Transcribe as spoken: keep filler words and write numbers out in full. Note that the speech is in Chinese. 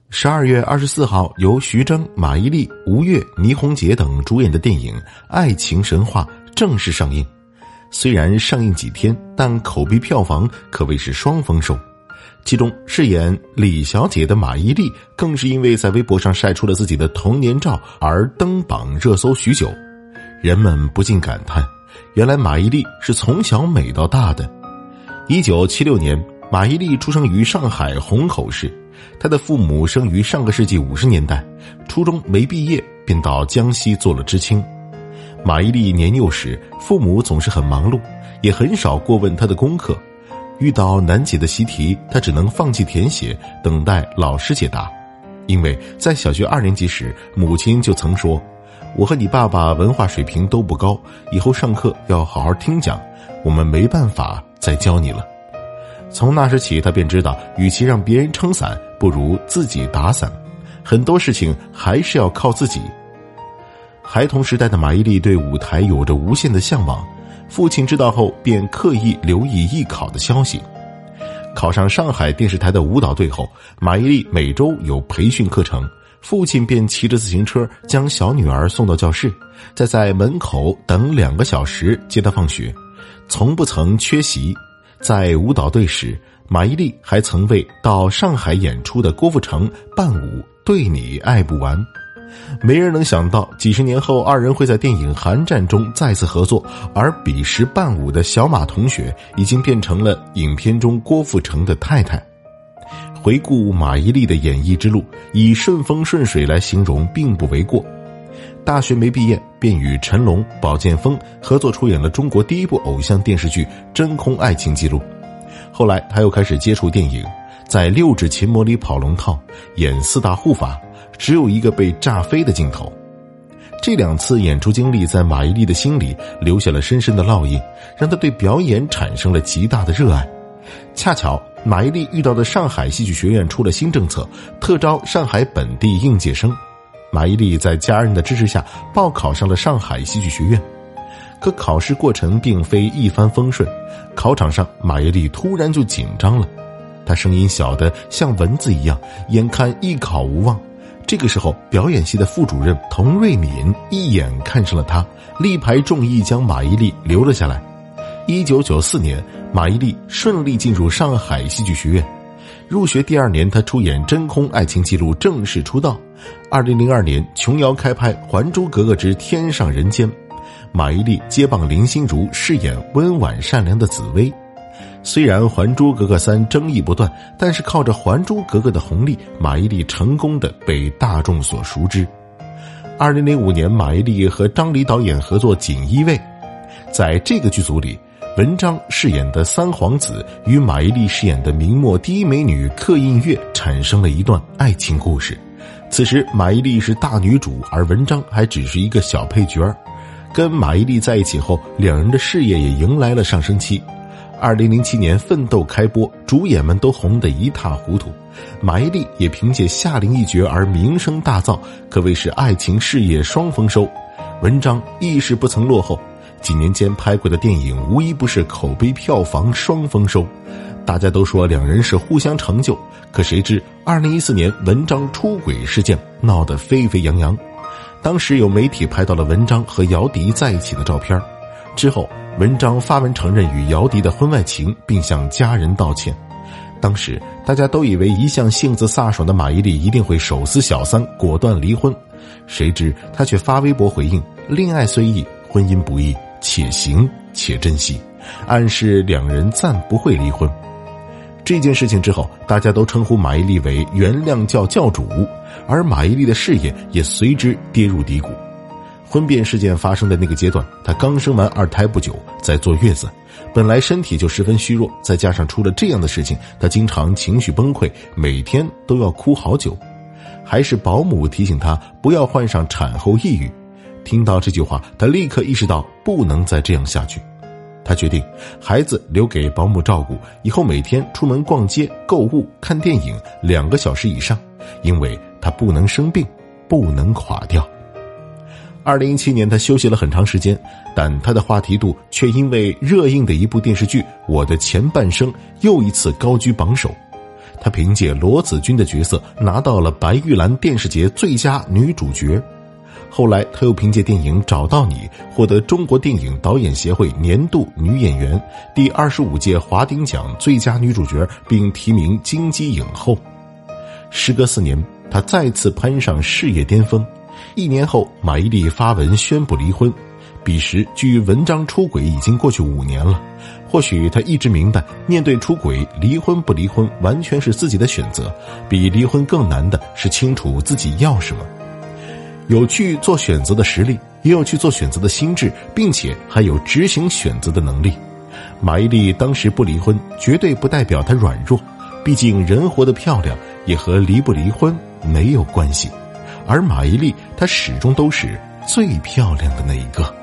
十二月二十四号，由徐峥、马伊琍、吴越、倪虹洁等主演的电影《爱情神话》正式上映。虽然上映几天，但口碑票房可谓是双丰收。其中饰演李小姐的马伊琍更是因为在微博上晒出了自己的童年照而登榜热搜许久。人们不禁感叹，原来马伊琍是从小美到大的。一九七六年，马伊琍出生于上海虹口市。她的父母生于上个世纪五十年代，初中没毕业便到江西做了知青。马伊琍年幼时，父母总是很忙碌，也很少过问她的功课。遇到难解的习题，她只能放弃填写，等待老师解答。因为在小学二年级时，母亲就曾说，我和你爸爸文化水平都不高，以后上课要好好听讲，我们没办法再教你了。从那时起，他便知道与其让别人撑伞，不如自己打伞，很多事情还是要靠自己。孩童时代的马伊琍对舞台有着无限的向往，父亲知道后便刻意留意艺考的消息。考上上海电视台的舞蹈队后，马伊琍每周有培训课程，父亲便骑着自行车将小女儿送到教室，再在门口等两个小时接她放学，从不曾缺席。在舞蹈队时，马伊琍还曾为到上海演出的郭富城伴舞对你爱不完。没人能想到几十年后二人会在电影《寒战》中再次合作，而彼时伴舞的小马同学已经变成了影片中郭富城的太太。回顾马伊琍的演艺之路，以顺风顺水来形容并不为过。大学没毕业便与成龙、保剑锋合作出演了中国第一部偶像电视剧《真空爱情记录》。后来他又开始接触电影，在六指琴魔里跑龙套，演四大护法，只有一个被炸飞的镜头。这两次演出经历在马伊琍的心里留下了深深的烙印，让她对表演产生了极大的热爱。恰巧马伊琍遇到的上海戏剧学院出了新政策，特招上海本地应届生。马伊琍在家人的支持下报考上了上海戏剧学院。可考试过程并非一帆风顺，考场上马伊琍突然就紧张了，她声音小得像蚊子一样，眼看艺考无望。这个时候表演系的副主任童瑞敏一眼看上了她，力排众议将马伊琍留了下来。一九九四年，马伊琍顺利进入上海戏剧学院。入学第二年，她出演《真空爱情记录》正式出道。二零零二年，琼瑶开拍《还珠格格之天上人间》，马伊琍接棒林心如饰演温婉善良的紫薇。虽然《还珠格格三》争议不断，但是靠着《还珠格格》的红利，马伊琍成功的被大众所熟知。二零零五年，马伊琍和张黎导演合作《锦衣卫》，在这个剧组里，文章饰演的三皇子与马伊琍饰演的明末第一美女柯映月产生了一段爱情故事。此时马伊琍是大女主，而文章还只是一个小配角。跟马伊琍在一起后，两人的事业也迎来了上升期。二零零七年《奋斗》开播，主演们都红得一塌糊涂，马伊琍也凭借夏玲一角而名声大噪，可谓是爱情事业双丰收。文章亦是不曾落后，几年间拍过的电影无一不是口碑票房双丰收。大家都说两人是互相成就，可谁知二零一四年文章出轨事件闹得沸沸扬扬。当时有媒体拍到了文章和姚笛在一起的照片，之后文章发文承认与姚笛的婚外情，并向家人道歉。当时大家都以为一向性子飒爽的马伊琍一定会手撕小三果断离婚，谁知她却发微博回应，恋爱虽易，婚姻不易，且行且珍惜，暗示两人暂不会离婚。这件事情之后，大家都称呼马伊琍为原谅教教主，而马伊琍的事业也随之跌入低谷。婚变事件发生的那个阶段，她刚生完二胎不久，在坐月子，本来身体就十分虚弱，再加上出了这样的事情，她经常情绪崩溃，每天都要哭好久。还是保姆提醒她不要患上产后抑郁。听到这句话，她立刻意识到不能再这样下去。她决定孩子留给保姆照顾，以后每天出门逛街、购物、看电影两个小时以上，因为她不能生病，不能垮掉。二零一七年，她休息了很长时间，但她的话题度却因为热映的一部电视剧《我的前半生》又一次高居榜首。 她凭借罗子君的角色拿到了白玉兰电视节最佳女主角。后来她又凭借电影《找到你》获得中国电影导演协会年度女演员、第二十五届华鼎奖最佳女主角，并提名金鸡影后。时隔四年，她再次攀上事业巅峰。一年后，马伊琍发文宣布离婚。彼时距文章出轨已经过去五年了，或许她一直明白，面对出轨，离婚不离婚完全是自己的选择，比离婚更难的是清楚自己要什么。有去做选择的实力，也有去做选择的心智，并且还有执行选择的能力。马伊琍当时不离婚，绝对不代表她软弱，毕竟人活得漂亮也和离不离婚没有关系。而马伊琍，她始终都是最漂亮的那一个。